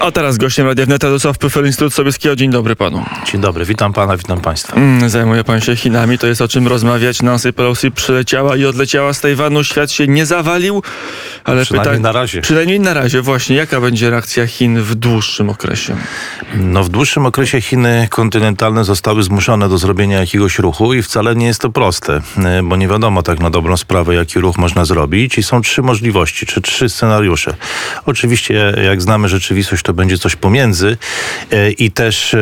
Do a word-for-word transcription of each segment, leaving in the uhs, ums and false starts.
A teraz gościem Radia Wnet Radosław Pyfel, Instytut Sobieskiego. Dzień dobry panu. Dzień dobry, witam pana, witam państwa. Mm, zajmuje pan się Chinami, to jest o czym rozmawiać. Nancy Pelosi przyleciała i odleciała z Tajwanu. Świat się nie zawalił, ale przynajmniej pytań... na razie. Przynajmniej na razie, właśnie. Jaka będzie reakcja Chin w dłuższym okresie? No w dłuższym okresie Chiny kontynentalne zostały zmuszone do zrobienia jakiegoś ruchu i wcale nie jest to proste, bo nie wiadomo tak na dobrą sprawę, jaki ruch można zrobić i są trzy możliwości, czy trzy scenariusze. Oczywiście, jak znamy rzeczywistość, to będzie coś pomiędzy i też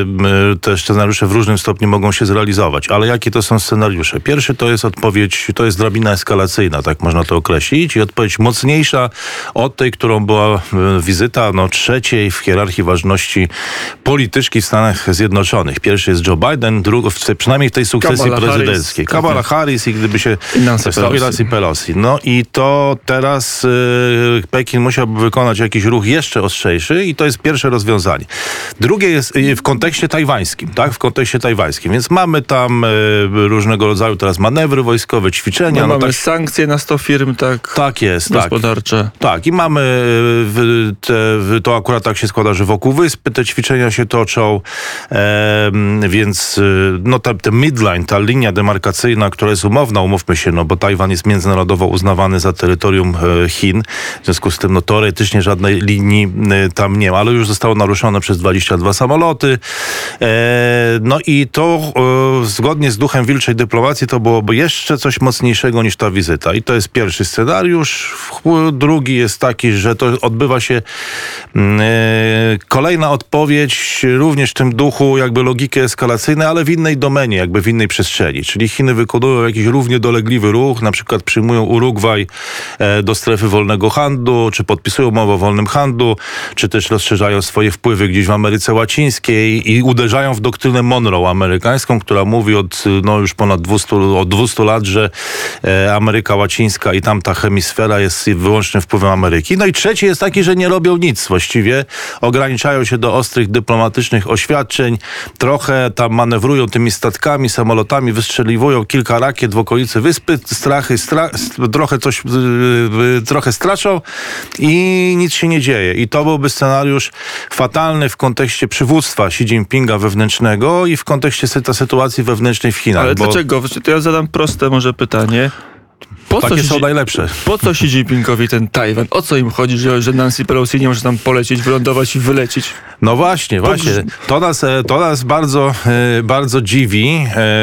te scenariusze w różnym stopniu mogą się zrealizować. Ale jakie to są scenariusze? Pierwszy to jest odpowiedź, to jest drabina eskalacyjna, tak można to określić, i odpowiedź mocniejsza od tej, którą była wizyta no, trzeciej w hierarchii ważności polityczki w Stanach Zjednoczonych. Pierwszy jest Joe Biden, drugi, przynajmniej w tej sukcesji Kamala prezydenckiej. Harris. Kamala Harris i gdyby się... I Nancy Pelosi. I Nancy Pelosi. No i to teraz y, Pekin musiałby wykonać jakiś ruch jeszcze ostrzejszy i to jest pierwsze rozwiązanie. Drugie jest y, w kontekście tajwańskim, tak? W kontekście tajwańskim. Więc mamy tam y, różnego rodzaju teraz manewry wojskowe, ćwiczenia. No, no, mamy tak, sankcje na sto firm, tak? Tak jest, Gospodarcze. tak. Tak, i mamy y, te, y, to akurat tak się składa, że wokół wyspy te ćwiczenia się toczą, e, więc y, no ta, ten midline, ta linia demarkacyjna, która jest umowna, umówmy się, no bo Tajwan jest międzynarodowo uznawany za terytorium e, Chin, w związku z tym no teoretycznie żadnej linii e, tam nie ma, ale już zostało naruszone przez dwadzieścia dwa samoloty. E, no i to e, zgodnie z duchem wilczej dyplomacji to byłoby jeszcze coś mocniejszego niż ta wizyta. I to jest pierwszy scenariusz. Drugi jest taki, że to odbywa się e, kolejna odpowiedź również w tym duchu jakby logiki eskalacyjnej, ale w innej domenie, jakby w innej przestrzeni. Czyli Chiny wykonują jakiś równie dolegliwy ruch, na przykład przyjmują Urugwaj e, do strefy wolnego handlu, czy podpisują umowę o wolnym handlu, czy też rozszerzają swoje wpływy gdzieś w Ameryce Łacińskiej i uderzają w doktrynę Monroe amerykańską, która mówi od no, już ponad dwieście, od dwieście lat, że e, Ameryka Łacińska i tamta hemisfera jest wyłącznym wpływem Ameryki. No i trzeci jest taki, że nie robią nic właściwie. Ograniczają się do ostrych dyplomatycznych oświadczeń, trochę tam manewrują tymi statkami, samolotami, wystrzeliwują kilka rakiet w okolicy wyspy, strachy, stra- trochę coś, yy, trochę straszą i nic się nie dzieje. I to byłby scenariusz fatalny w kontekście przywództwa Xi Jinpinga wewnętrznego i w kontekście sy- sytuacji wewnętrznej w Chinach. Ale bo... dlaczego? To ja zadam proste może pytanie. Po Takie co są Xi... najlepsze. Po co Xi Jinpingowi ten Tajwan? O co im chodzi, że, że Nancy Pelosi nie może tam polecieć, wylądować i wylecieć? No właśnie, właśnie. To nas, to nas bardzo, bardzo dziwi.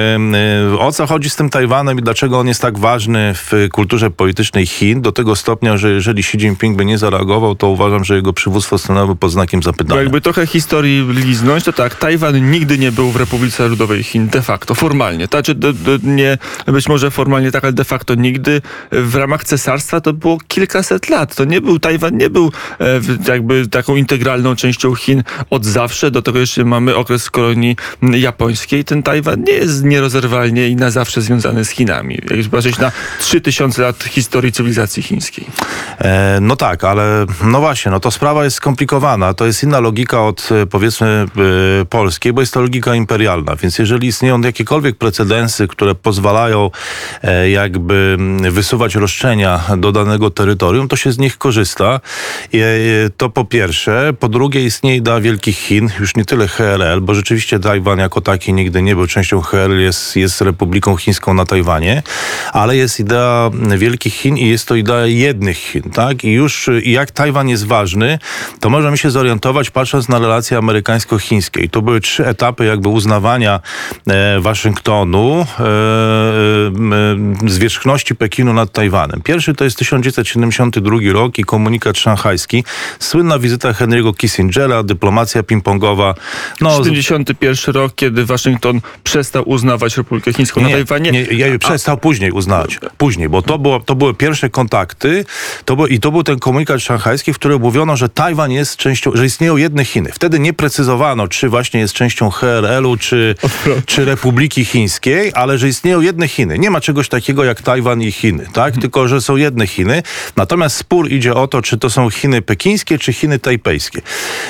O co chodzi z tym Tajwanem i dlaczego on jest tak ważny w kulturze politycznej Chin? Do tego stopnia, że jeżeli Xi Jinping by nie zareagował, to uważam, że jego przywództwo stanęłoby pod znakiem zapytania. Bo jakby trochę historii liznąć, to tak, Tajwan nigdy nie był w Republice Ludowej Chin de facto, formalnie. Znaczy, d- d- nie, być może formalnie tak, ale de facto nigdy. W ramach cesarstwa to było kilkaset lat. To nie był, Tajwan nie był e, jakby taką integralną częścią Chin od zawsze. Do tego jeszcze mamy okres kolonii japońskiej. Ten Tajwan nie jest nierozerwalnie i na zawsze związany z Chinami. Jak zobaczyć na trzy tysiące lat historii cywilizacji chińskiej. E, no tak, ale no właśnie, no to sprawa jest skomplikowana. To jest inna logika od powiedzmy e, polskiej, bo jest to logika imperialna. Więc jeżeli istnieją jakiekolwiek precedensy, które pozwalają e, jakby wysuwać roszczenia do danego terytorium, to się z nich korzysta. I, e, to po pierwsze. Po drugie istnieje idea Wielkich Chin, już nie tyle H R L, bo rzeczywiście Tajwan jako taki nigdy nie był częścią H R L, jest, jest Republiką Chińską na Tajwanie, ale jest idea Wielkich Chin i jest to idea jednych Chin, tak? I już i jak Tajwan jest ważny, to możemy się zorientować patrząc na relacje amerykańsko-chińskie. I to były trzy etapy jakby uznawania e, Waszyngtonu e, e, zwierzchności Pekinu nad Tajwanem. Pierwszy to jest tysiąc dziewięćset siedemdziesiąty drugi rok i komunikat szanghajski. Słynna wizyta Henry'ego Kissingera, dyplomacja ping-pongowa. No, siedemdziesiąty pierwszy rok, kiedy Waszyngton przestał uznawać Republikę Chińską nie, na Tajwanie. Nie, nie, przestał A... później uznawać. Później, bo to, było, to były pierwsze kontakty to było, i to był ten komunikat szanghajski, w którym mówiono, że Tajwan jest częścią, że istnieją jedne Chiny. Wtedy nie precyzowano, czy właśnie jest częścią H R L-u, czy, czy Republiki Chińskiej, ale że istnieją jedne Chiny. Nie ma czegoś takiego jak Tajwan i Chiny, tak? Hmm. Tylko że są jedne Chiny. Natomiast spór idzie o to, czy to są Chiny pekińskie, czy Chiny tajpejskie. I to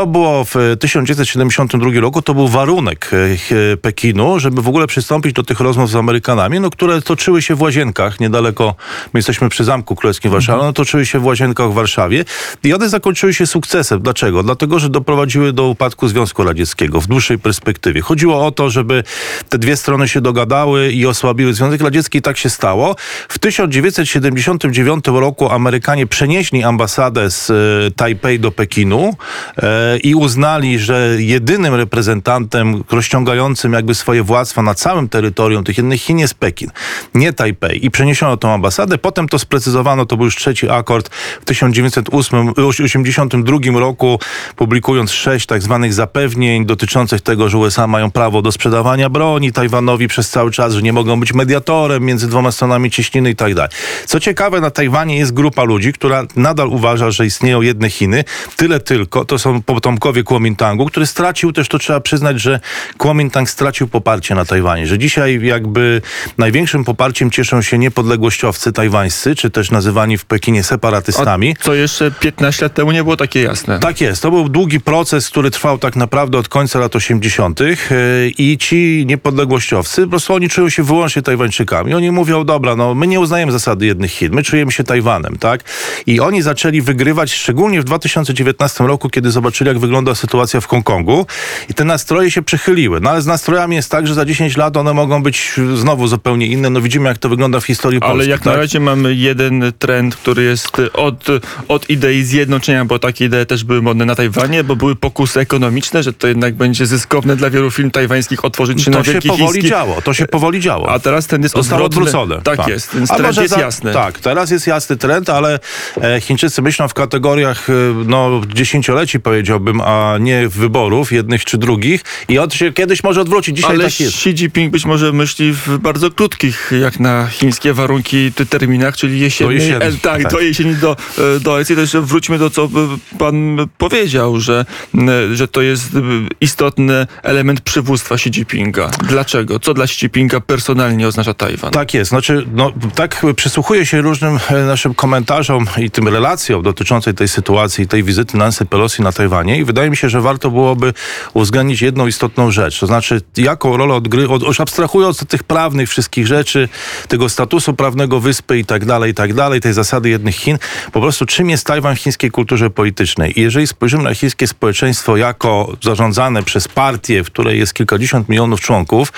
było w tysiąc dziewięćset siedemdziesiątym drugim roku, to był warunek Pekinu, żeby w ogóle przystąpić do tych rozmów z Amerykanami, no, które toczyły się w Łazienkach, niedaleko, my jesteśmy przy Zamku Królewskim w Warszawie, no, toczyły się w Łazienkach w Warszawie i one zakończyły się sukcesem. Dlaczego? Dlatego, że doprowadziły do upadku Związku Radzieckiego w dłuższej perspektywie. Chodziło o to, żeby te dwie strony się dogadały i osłabiły Związek Radziecki i tak się stało. W tysiąc dziewięćset siedemdziesiątym dziewiątym roku Amerykanie przenieśli ambasadę z e, Tajpej do Pekinu e, i uznali, że jedynym reprezentantem rozciągającym jakby swoje władztwa na całym terytorium tych innych Chin jest Pekin, nie Tajpej. I przeniesiono tą ambasadę. Potem to sprecyzowano, to był już trzeci akord w tysiąc dziewięćset osiemdziesiątym drugim roku, publikując sześć tak zwanych zapewnień dotyczących tego, że U S A mają prawo do sprzedawania broni Tajwanowi przez cały czas, że nie mogą być mediatorem między dwoma stronami cieśniny i tak dalej. Co ciekawe, na Tajwanie jest grupa ludzi, która nadal uważa, że istnieją jedne Chiny. Tyle tylko, to są potomkowie Kuomintangu, który stracił też, to trzeba przyznać, że Kuomintang stracił poparcie na Tajwanie, że dzisiaj jakby największym poparciem cieszą się niepodległościowcy tajwańscy, czy też nazywani w Pekinie separatystami. A co jeszcze piętnaście lat temu nie było takie jasne. Tak jest. To był długi proces, który trwał tak naprawdę od końca lat osiemdziesiątych i ci niepodległościowcy, po prostu oni czują się wyłącznie Tajwańczykami. Oni mówią, dobra, no my nie uznajemy zasady jednych Chin, my czujemy się Tajwanem, tak? I oni zaczęli wygrywać, szczególnie w dwa tysiące dziewiętnastym roku, kiedy zobaczyli, jak wygląda sytuacja w Hongkongu i te nastroje się przychyliły. No ale z nastrojami jest tak, że za dziesięć lat one mogą być znowu zupełnie inne. No widzimy, jak to wygląda w historii Polski. Ale jak tak? na razie mamy jeden trend, który jest od, od idei zjednoczenia, bo takie idee też były modne na Tajwanie, bo były pokusy ekonomiczne, że to jednak będzie zyskowne dla wielu firm tajwańskich otworzyć się to na się wielki powoli chiński... działo, to się powoli działo. A teraz ten jest Zostało odwrotny. odwrócone. Tak, tak jest, ten A trend jest za, jasny. Tak, teraz jest jasny trend, ale e, Chińczycy myślą w kategoriach e, no, dziesięcioleci, powiedziałbym, a nie wyborów jednych czy drugich i on się kiedyś może odwrócić. Dzisiaj ale tak jest. Xi Jinping być może myśli w bardzo krótkich, jak na chińskie warunki, ty- terminach, czyli jesiennej. Do jesieni, e, tak, tak. do jesieni, do, e, do eleccji. To jeszcze wróćmy do co pan powiedział, że, e, że to jest e, istotny element przywództwa Xi Jinpinga. Dlaczego? Co dla Xi Jinpinga personalnie oznacza Tajwan? Tak jest. Znaczy, no, tak przysłuchuję się różnym e, naszym komentarzom i tym relacjom dotyczącej tej sytuacji, tej wizyty Nancy Pelosi na Tajwanie i wydaje mi się, że warto byłoby uwzględnić jedną istotną rzecz. To znaczy, jaką rolę odgrywa, od, już abstrahując od tych prawnych wszystkich rzeczy, tego statusu prawnego wyspy i tak dalej, i tak dalej, tej zasady jednych Chin, po prostu czym jest Tajwan w chińskiej kulturze politycznej. I jeżeli spojrzymy na chińskie społeczeństwo jako zarządzane przez partię, w której jest kilkadziesiąt milionów członków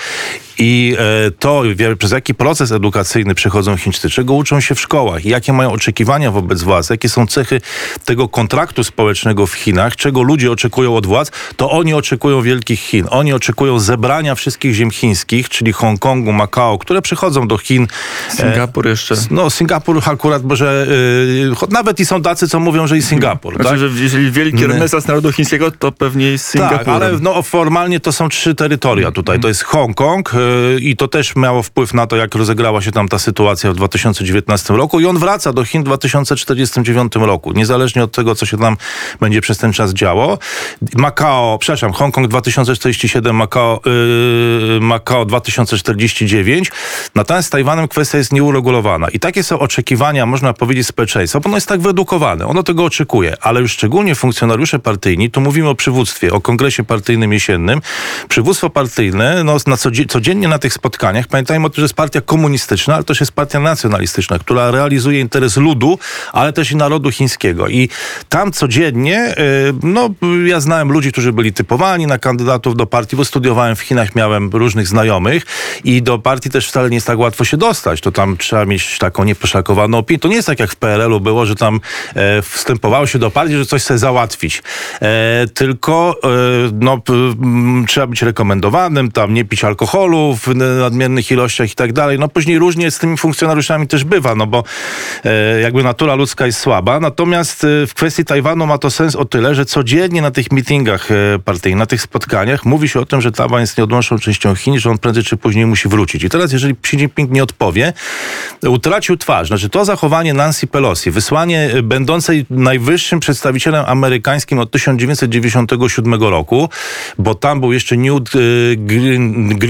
i e, to, przez jaki proces edukacyjny przechodzą Chińczycy, czego uczą się w szkołach, jakie mają oczekiwania wobec władz, jakie są cechy tego kontraktu społecznego w Chinach, czego ludzie oczekują od władz, to oni oczekują wielkich Chin. Oni oczekują zebrania wszystkich ziem chińskich, czyli Hongkongu, Makao, które przychodzą do Chin. Singapur jeszcze. No, Singapur akurat, może yy, nawet i są tacy, co mówią, że i Singapur. Znaczy, tak? że jeżeli wielki renesans narodu chińskiego, to pewnie jest Singapur. Tak, ale no, formalnie to są trzy terytoria tutaj. To jest Hongkong yy, i to też miało wpływ na to, jak rozegrała się tam ta sytuacja w dwa tysiące dziewiętnastym roku i on wraca do Chin w dwa tysiące czterdziestym dziewiątym roku. Niezależnie od tego, co się tam będzie przez ten czas działo. Makao, przepraszam, Hongkong dwa tysiące czterdzieści siedem, Makao, yy, Makao dwa tysiące czterdzieści dziewięć. Natomiast z Tajwanem kwestia jest nieuregulowana. I takie są oczekiwania, można powiedzieć, społeczeństwa, bo ono jest tak wyedukowane. Ono tego oczekuje, ale już szczególnie funkcjonariusze partyjni, tu mówimy o przywództwie, o kongresie partyjnym jesiennym. Przywództwo partyjne, no, na codzie- codziennie na tych spotkaniach, pamiętajmy o tym, że jest partia komunistyczna, ale też jest partia nacjonalistyczna, która realizuje interes ludu, ale też i narodu chińskiego. I tam codziennie, no ja znałem ludzi, którzy byli typowani na kandydatów do partii, bo studiowałem w Chinach, miałem różnych znajomych i do partii też wcale nie jest tak łatwo się dostać. To tam trzeba mieć taką nieposzlakowaną opinię. To nie jest tak jak w P R L u było, że tam e, wstępowało się do partii, że coś sobie załatwić. E, tylko e, no, p, m, trzeba być rekomendowanym, tam nie pić alkoholu w nadmiernych ilościach i tak dalej. No później różnie z tymi funkcjonariuszami też bywa, no bo e, jakby natura ludzka jest słaba. Natomiast e, w kwestii Tajwanu ma to sens o tyle, że codziennie na tych meetingach e, partyjnych, na tych spotkaniach mówi się o tym, że Tajwan jest nieodłączną częścią Chin, że on prędzej czy później musi wrócić. I teraz, jeżeli Xi Jinping nie odpowie, utracił twarz. Znaczy to zachowanie Nancy Pelosi, wysłanie będącej najwyższym przedstawicielem amerykańskim od tysiąc dziewięćset dziewięćdziesiątego siódmego roku, bo tam był jeszcze Newt e, Green, Greenwich,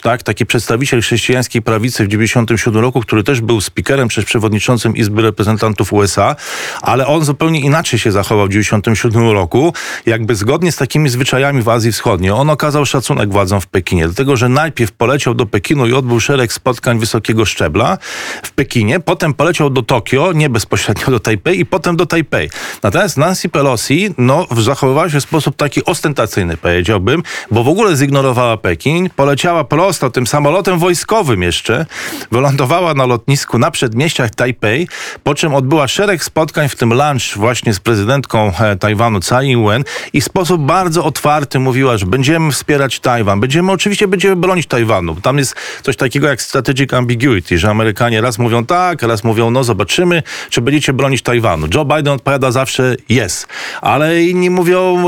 tak? Taki przedstawiciel chrześcijańskiej prawicy w dziewięćdziesiątym siódmym roku, który też był speakerem, czy przewodniczącym Izby Reprezentantów U S A, ale on zupełnie inaczej się zachował w dziewięćdziesiątym siódmym roku, jakby zgodnie z takimi zwyczajami w Azji Wschodniej. On okazał szacunek władzom w Pekinie, dlatego że najpierw poleciał do Pekinu i odbył szereg spotkań wysokiego szczebla w Pekinie, potem poleciał do Tokio, nie bezpośrednio do Tajpej i potem do Tajpej. Natomiast Nancy Pelosi, no, zachowywała się w sposób taki ostentacyjny, powiedziałbym, bo w ogóle zignorowała Pekin, poleciała prosto tym samolotem wojskowym jeszcze, wylądowała na lotnisku na przedmieściach Tajpej, po czym odbyła szereg spotkań, w tym lunch właśnie z prezydentką Tajwanu Tsai Ing-wen i w sposób bardzo otwarty mówiła, że będziemy wspierać Tajwan, będziemy, oczywiście będziemy bronić Tajwanu. Tam jest coś takiego jak strategic ambiguity, że Amerykanie raz mówią tak, raz mówią no, zobaczymy, czy będziecie bronić Tajwanu. Joe Biden odpowiada zawsze yes, ale inni mówią,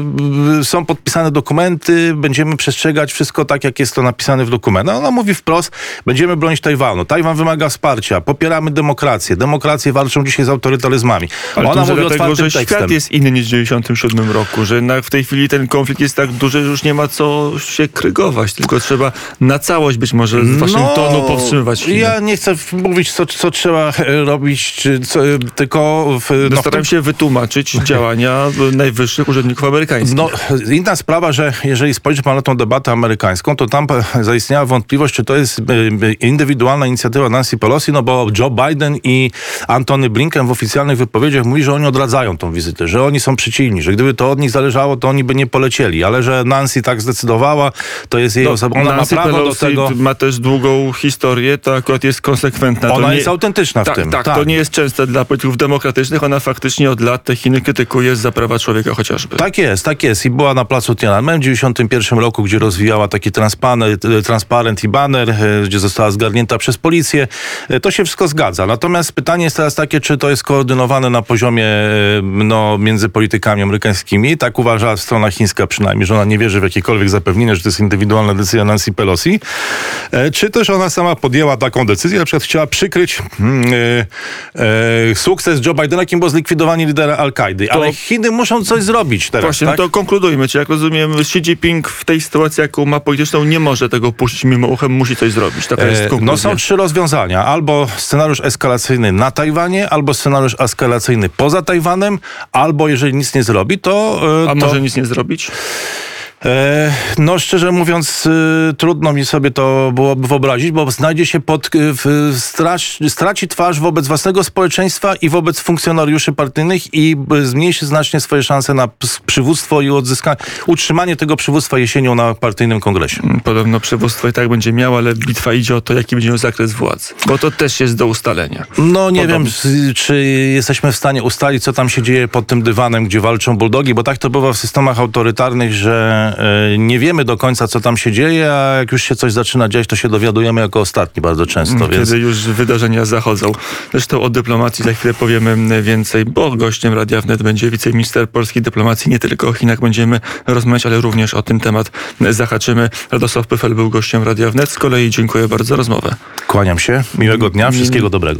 y, są podpisane dokumenty, będziemy przestrzegać wszystko tak, jak jest to napisane w dokumentach. Ona mówi wprost, będziemy bronić Tajwanu. Tajwan wymaga wsparcia, popieramy demokrację. Demokracje walczą dzisiaj z autorytaryzmami. Ale Ona mówi dlatego, otwartym że tekstem. świat jest inny niż w dziewięćdziesiątym siódmym roku, że jednak w tej chwili ten konflikt jest tak duży, że już nie ma co się krygować, tylko trzeba na całość być może z Waszyngtonu No, powstrzymywać Chiny. Ja nie chcę mówić, co, co trzeba robić, czy co, tylko... W, no, no, staram się wytłumaczyć działania najwyższych urzędników amerykańskich. No, inna sprawa, że jeżeli spojrzy pan na tą debatę amerykańską, to tam zaistniała wątpliwość, czy to jest indywidualna inicjatywa Nancy Pelosi, no bo Joe Biden i Antony Blinken w oficjalnych wypowiedziach mówi, że oni odradzają tą wizytę, że oni są przeciwni, że gdyby to od nich zależało, to oni by nie polecieli, ale że Nancy tak zdecydowała, to jest jej no, osoba. Ona Nancy ma prawo Pelosi do tego. ma też długą historię, to akurat jest konsekwentna. To Ona nie, jest autentyczna w tak, tym. Tak, tak, to nie jest częste dla polityków demokratycznych. Ona faktycznie od lat te Chiny krytykuje za prawa człowieka chociażby. Tak jest, tak jest. I była na placu Tiananmen w dziewięćdziesiątym pierwszym roku, gdzie rozwijała taki transparent, transparent i baner, gdzie została zgarnięta przez policję. To się wszystko zgadza. Natomiast pytanie jest teraz takie, czy to jest koordynowane na poziomie no, między politykami amerykańskimi. Tak uważa strona chińska przynajmniej, że ona nie wierzy w jakiekolwiek zapewnienie, że to jest indywidualna decyzja Nancy Pelosi. Czy też ona sama podjęła taką decyzję, na przykład chciała przykryć e, e, sukces Joe Bidena, jakim było zlikwidowanie lidera Al-Kaidy. To... Ale Chiny muszą coś zrobić teraz. Właśnie, tak? no to konkludujmy. Czy jak rozumiem, Xi Jinping w tej sytuacji, jaką ma polityczną, nie może tego puścić mimo uchem, musi coś zrobić. Taka jest konkluzja. No są trzy rozwiązania. Albo scenariusz eskalacyjny na Tajwanie, albo scenariusz eskalacyjny poza Tajwanem, albo jeżeli nic nie zrobi, to... A to... może nic nie zrobić? No szczerze mówiąc, trudno mi sobie to byłoby wyobrazić, bo znajdzie się pod, w, straci, straci twarz wobec własnego społeczeństwa i wobec funkcjonariuszy partyjnych i zmniejszy znacznie swoje szanse na przywództwo i odzyskanie, utrzymanie tego przywództwa jesienią na partyjnym kongresie. Podobno przywództwo i tak będzie miało, ale bitwa idzie o to, jaki będzie miał zakres władzy, bo to też jest do ustalenia. No nie Podobno. wiem, czy jesteśmy w stanie ustalić, co tam się dzieje pod tym dywanem, gdzie walczą bulldogi, bo tak to bywa w systemach autorytarnych, że nie wiemy do końca, co tam się dzieje, a jak już się coś zaczyna dziać, to się dowiadujemy jako ostatni bardzo często. Kiedy więc... już wydarzenia zachodzą. Zresztą o dyplomacji za chwilę powiemy więcej, bo gościem Radia Wnet będzie wiceminister polskiej dyplomacji. Nie tylko o Chinach będziemy rozmawiać, ale również o ten temat zahaczymy. Radosław Pyfel był gościem Radia Wnet. Z kolei dziękuję bardzo za rozmowę. Kłaniam się. Miłego dnia. Wszystkiego dobrego.